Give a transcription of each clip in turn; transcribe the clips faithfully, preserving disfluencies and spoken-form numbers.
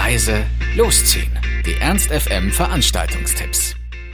leise, losziehen. Die Ernst F M Veranstaltungstipps.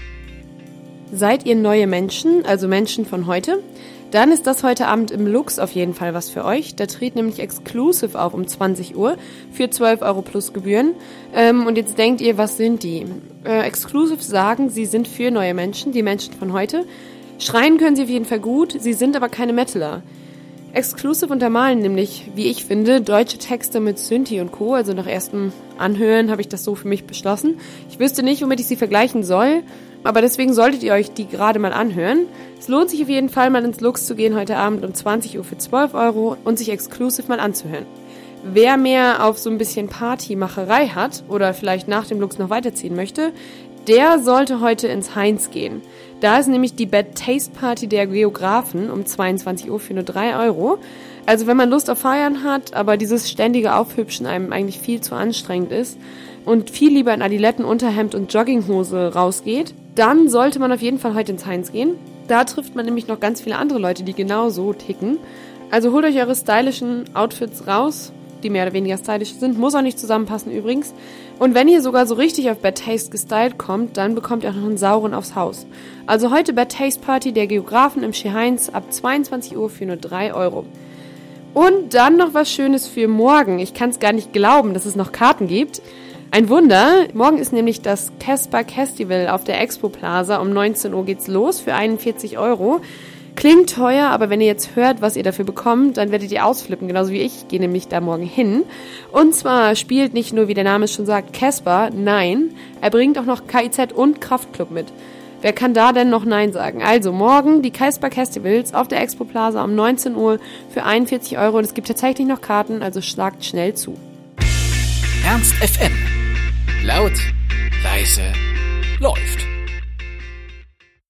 Seid ihr neue Menschen, also Menschen von heute? Dann ist das heute Abend im Lux auf jeden Fall was für euch. Da tritt nämlich Exclusive auf um zwanzig Uhr für zwölf Euro plus Gebühren. Ähm, und jetzt denkt ihr, was sind die? Äh, Exclusive sagen, sie sind für neue Menschen, die Menschen von heute. Schreien können sie auf jeden Fall gut, sie sind aber keine Metaler. Exclusive untermalen nämlich, wie ich finde, deutsche Texte mit Synthi und Co. Also nach erstem Anhören habe ich das so für mich beschlossen. Ich wüsste nicht, womit ich sie vergleichen soll, aber deswegen solltet ihr euch die gerade mal anhören. Es lohnt sich auf jeden Fall, mal ins Lux zu gehen heute Abend um zwanzig Uhr für zwölf Euro und sich Exclusive mal anzuhören. Wer mehr auf so ein bisschen Partymacherei hat oder vielleicht nach dem Lux noch weiterziehen möchte, der sollte heute ins Heinz gehen. Da ist nämlich die Bad Taste Party der Geografen um zweiundzwanzig Uhr für nur drei Euro. Also wenn man Lust auf Feiern hat, aber dieses ständige Aufhübschen einem eigentlich viel zu anstrengend ist und viel lieber in Adiletten, Unterhemd und Jogginghose rausgeht, dann sollte man auf jeden Fall heute ins Heinz gehen. Da trifft man nämlich noch ganz viele andere Leute, die genauso ticken. Also holt euch eure stylischen Outfits raus, die mehr oder weniger stylisch sind, muss auch nicht zusammenpassen übrigens. Und wenn ihr sogar so richtig auf Bad Taste gestylt kommt, dann bekommt ihr auch noch einen sauren aufs Haus. Also heute Bad Taste Party der Geografen im Heinz ab zweiundzwanzig Uhr für nur drei Euro. Und dann noch was Schönes für morgen. Ich kann es gar nicht glauben, dass es noch Karten gibt. Ein Wunder, morgen ist nämlich das Casper Festival auf der Expo Plaza. Um neunzehn Uhr geht's los für einundvierzig Euro. Klingt teuer, aber wenn ihr jetzt hört, was ihr dafür bekommt, dann werdet ihr ausflippen, genauso wie ich. Ich gehe nämlich da morgen hin. Und zwar spielt nicht nur, wie der Name es schon sagt, Casper, nein, er bringt auch noch K I Z und Kraftklub mit. Wer kann da denn noch Nein sagen? Also morgen die Casper Festivals auf der Expo Plaza um neunzehn Uhr für einundvierzig Euro. Und es gibt tatsächlich noch Karten, also schlagt schnell zu. Ernst F M. Laut, leise, läuft.